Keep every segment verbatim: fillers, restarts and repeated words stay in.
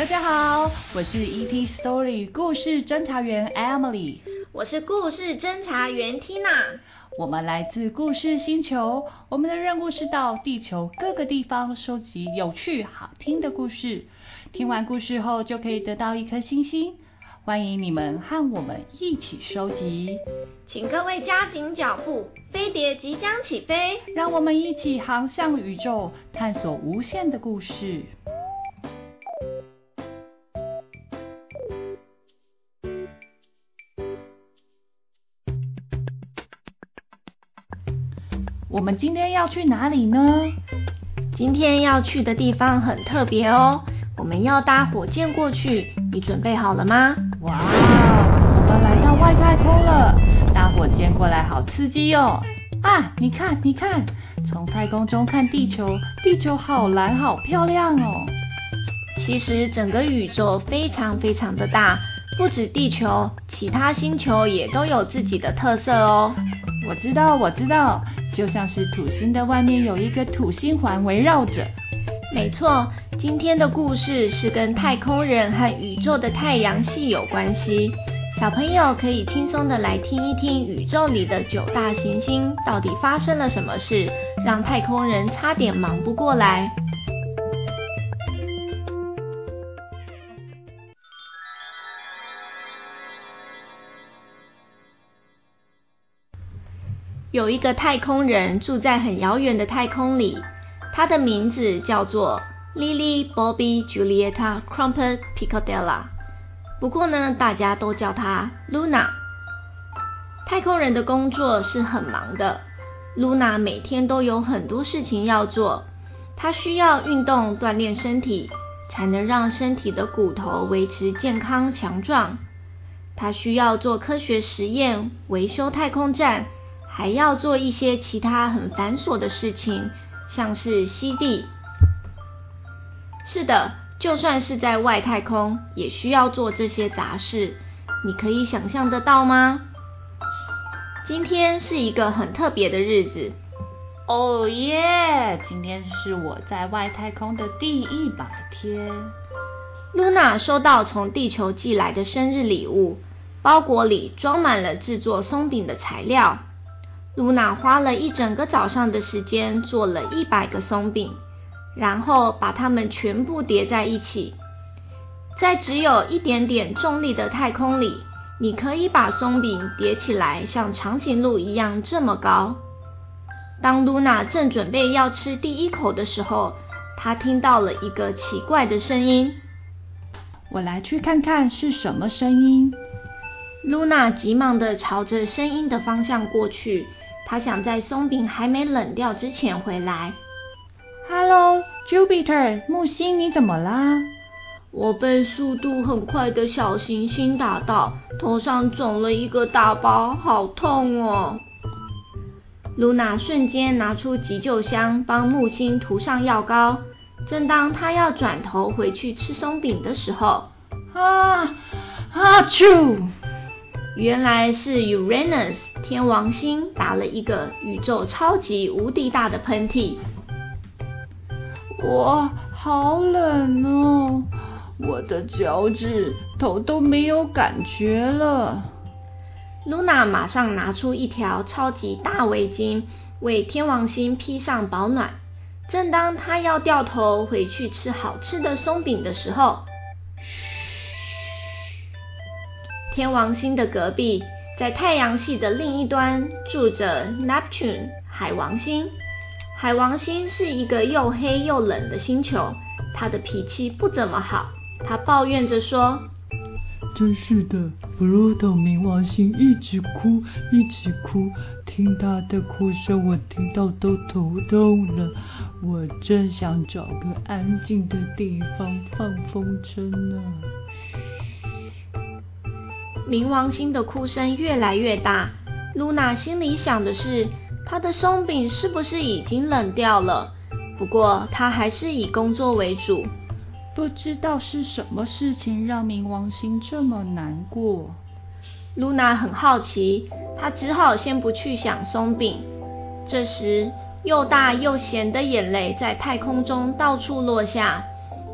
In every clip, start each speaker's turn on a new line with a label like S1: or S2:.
S1: 大家好，我是 E T Story 故事侦查员 Emily，
S2: 我是故事侦查员 Tina。
S1: 我们来自故事星球，我们的任务是到地球各个地方收集有趣好听的故事。听完故事后就可以得到一颗星星，欢迎你们和我们一起收集。
S2: 请各位加紧脚步，飞碟即将起飞，
S1: 让我们一起航向宇宙，探索无限的故事。我们今天要去哪里呢？
S2: 今天要去的地方很特别哦，我们要搭火箭过去，你准备好了吗？
S1: 哇，我们来到外太空了，搭火箭过来好刺激哦！啊，你看，你看，从太空中看地球，地球好蓝，好漂亮哦。
S2: 其实整个宇宙非常非常的大，不止地球，其他星球也都有自己的特色哦。
S1: 我知道，我知道，就像是土星的外面有一个土星环围绕着。
S2: 没错，今天的故事是跟太空人和宇宙的太阳系有关系。小朋友可以轻松的来听一听宇宙里的九大行星到底发生了什么事，让太空人差点忙不过来。有一个太空人住在很遥远的太空里，他的名字叫做 Lily Bobby Julieta Crumpet Picodella， 不过呢，大家都叫她 Luna。 太空人的工作是很忙的， Luna 每天都有很多事情要做，她需要运动锻炼身体，才能让身体的骨头维持健康强壮。她需要做科学实验，维修太空站，还要做一些其他很繁琐的事情，像是吸地。是的，就算是在外太空，也需要做这些杂事。你可以想象得到吗？今天是一个很特别的日子。
S1: 哦耶！今天是我在外太空的第一百天。
S2: Luna 收到从地球寄来的生日礼物，包裹里装满了制作松饼的材料。Luna 花了一整个早上的时间做了一百个松饼，然后把它们全部叠在一起。在只有一点点重力的太空里，你可以把松饼叠起来像长颈鹿一样这么高。当 Luna 正准备要吃第一口的时候，她听到了一个奇怪的声音。
S1: 我来去看看是什么声音。
S2: Luna 急忙地朝着声音的方向过去，她想在松饼还没冷掉之前回来。
S1: Hello Jupiter， 木星，你怎么啦？
S2: 我被速度很快的小行星打到，头上肿了一个大包，好痛哦。Luna 瞬间拿出急救箱，帮木星涂上药膏。正当她要转头回去吃松饼的时候，
S1: 啊啊啾！
S2: 原来是 Uranus 天王星打了一个宇宙超级无敌大的喷嚏。
S1: 我好冷哦，我的脚趾头都没有感觉了。
S2: Luna 马上拿出一条超级大围巾，为天王星披上保暖。正当她要掉头回去吃好吃的松饼的时候，天王星的隔壁，在太阳系的另一端住着 Neptune 海王星。海王星是一个又黑又冷的星球，它的脾气不怎么好，它抱怨着说，
S3: 真是的， Pluto 冥王星一直哭一直哭，听他的哭声我听到都头痛了，我真想找个安静的地方放风筝呢。
S2: 冥王星的哭声越来越大， Luna 心里想的是，她的松饼是不是已经冷掉了？不过她还是以工作为主。
S1: 不知道是什么事情让冥王星这么难过。
S2: Luna 很好奇，她只好先不去想松饼。这时又大又咸的眼泪在太空中到处落下，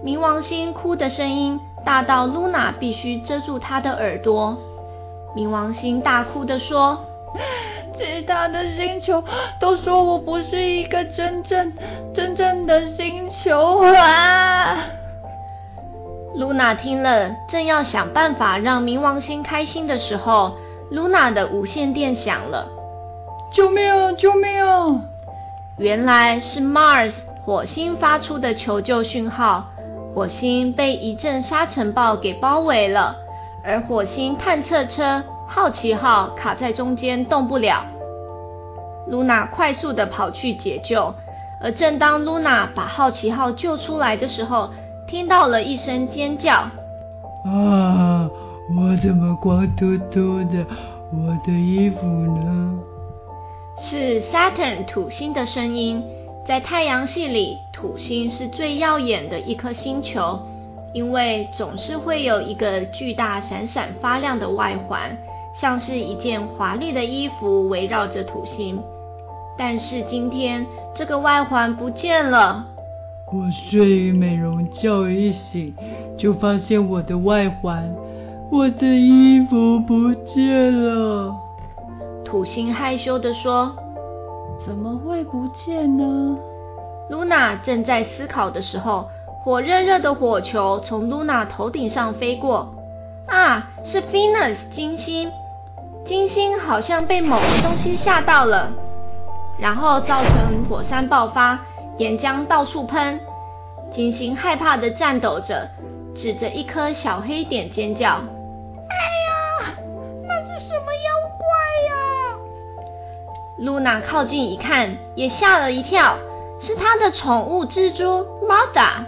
S2: 冥王星哭的声音大到露娜必须遮住她的耳朵。冥王星大哭地说，
S1: 其他的星球都说我不是一个真正真正的星球啊！
S2: 露娜听了，正要想办法让冥王星开心的时候，露娜的无线电响了。
S1: 救命啊！救命啊！
S2: 原来是 Mars 火星发出的求救讯号。火星被一阵沙尘暴给包围了，而火星探测车好奇号卡在中间动不了。露娜快速地跑去解救，而正当露娜把好奇号救出来的时候，听到了一声尖叫。
S3: 啊，我怎么光秃秃的？我的衣服呢？
S2: 是 Saturn 土星的声音。在太阳系里，土星是最耀眼的一颗星球，因为总是会有一个巨大闪闪发亮的外环，像是一件华丽的衣服围绕着土星。但是今天这个外环不见了。
S3: 我睡美容觉一醒，就发现我的外环，我的衣服不见了。
S2: 土星害羞地说，
S1: 怎么会不见呢？
S2: 露娜正在思考的时候，火热热的火球从露娜头顶上飞过。啊，是 Venus 金星。金星好像被某个东西吓到了，然后造成火山爆发，岩浆到处喷。金星害怕地颤抖着，指着一颗小黑点尖叫。哎呀，那是什么妖怪呀？露娜靠近一看，也吓了一跳，是她的宠物蜘蛛 Martha。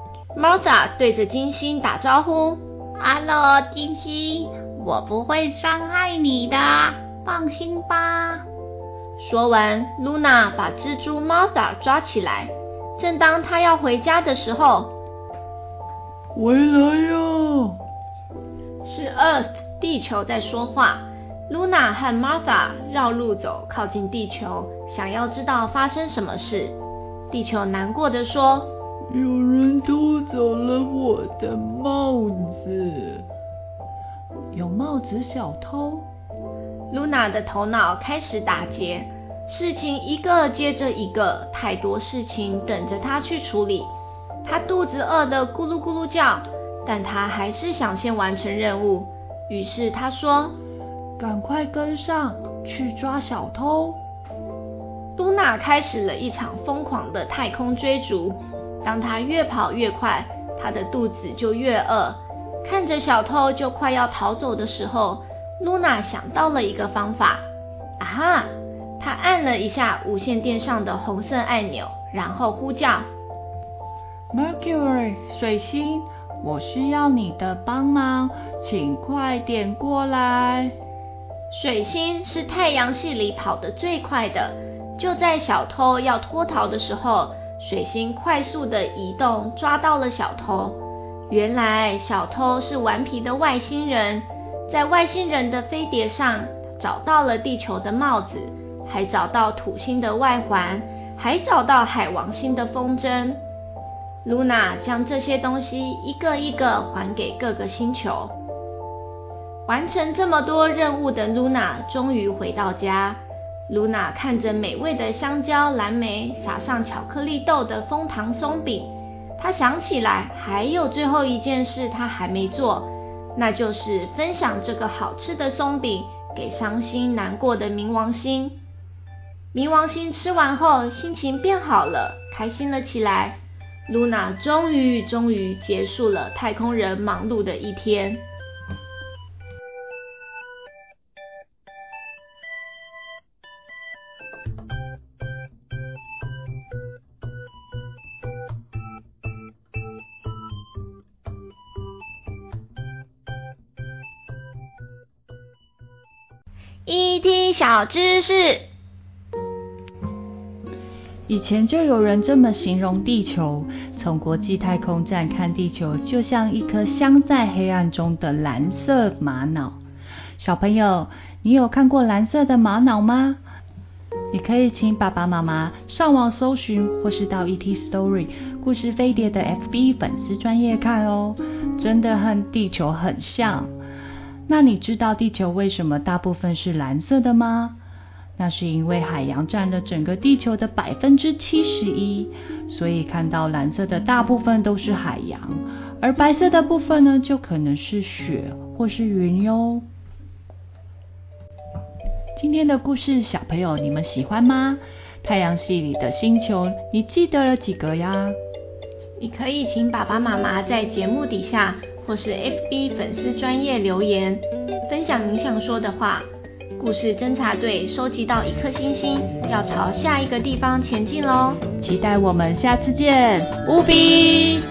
S2: Martha 对着金星打招呼，
S1: Hello 金星，我不会伤害你的，放心吧。
S2: 说完，露娜把蜘蛛 Martha 抓起来。正当她要回家的时候，
S3: 回来呀！
S2: 是 Earth 地球在说话。露娜和 Martha 绕路走，靠近地球，想要知道发生什么事。地球难过地说，
S3: 有人偷走了我的帽子。
S1: 有帽子小偷？
S2: 露娜的头脑开始打结，事情一个接着一个，太多事情等着她去处理。她肚子饿得咕噜咕噜叫，但她还是想先完成任务。于是她说，
S1: 赶快跟上去抓小偷。
S2: 露娜开始了一场疯狂的太空追逐。当她越跑越快，她的肚子就越饿。看着小偷就快要逃走的时候，露娜想到了一个方法。啊哈！她按了一下无线电上的红色按钮，然后呼叫
S1: Mercury 水星，我需要你的帮忙，请快点过来。
S2: 水星是太阳系里跑得最快的，就在小偷要脱逃的时候，水星快速的移动，抓到了小偷。原来小偷是顽皮的外星人，在外星人的飞碟上找到了地球的帽子，还找到土星的外环，还找到海王星的风筝。露娜将这些东西一个一个还给各个星球。完成这么多任务的露娜终于回到家。露娜看着美味的香蕉、蓝莓，撒上巧克力豆的枫糖松饼，她想起来还有最后一件事她还没做，那就是分享这个好吃的松饼给伤心难过的冥王星。冥王星吃完后心情变好了，开心了起来。露娜终于终于结束了太空人忙碌的一天。E T 小知识。
S1: 以前就有人这么形容地球，从国际太空站看地球，就像一颗镶在黑暗中的蓝色玛瑙。小朋友，你有看过蓝色的玛瑙吗？你可以请爸爸妈妈上网搜寻，或是到 E T Story 故事飞碟的 F B 粉丝专页看哦，真的和地球很像。那你知道地球为什么大部分是蓝色的吗？那是因为海洋占了整个地球的百分之七十一，所以看到蓝色的大部分都是海洋，而白色的部分呢，就可能是雪或是云哟。今天的故事，小朋友你们喜欢吗？太阳系里的星球，你记得了几个呀？
S2: 你可以请爸爸妈妈在节目底下或是 F B 粉丝专页留言，分享您想说的话。故事侦察队收集到一颗星星，要朝下一个地方前进咯。
S1: 期待我们下次见，乌比。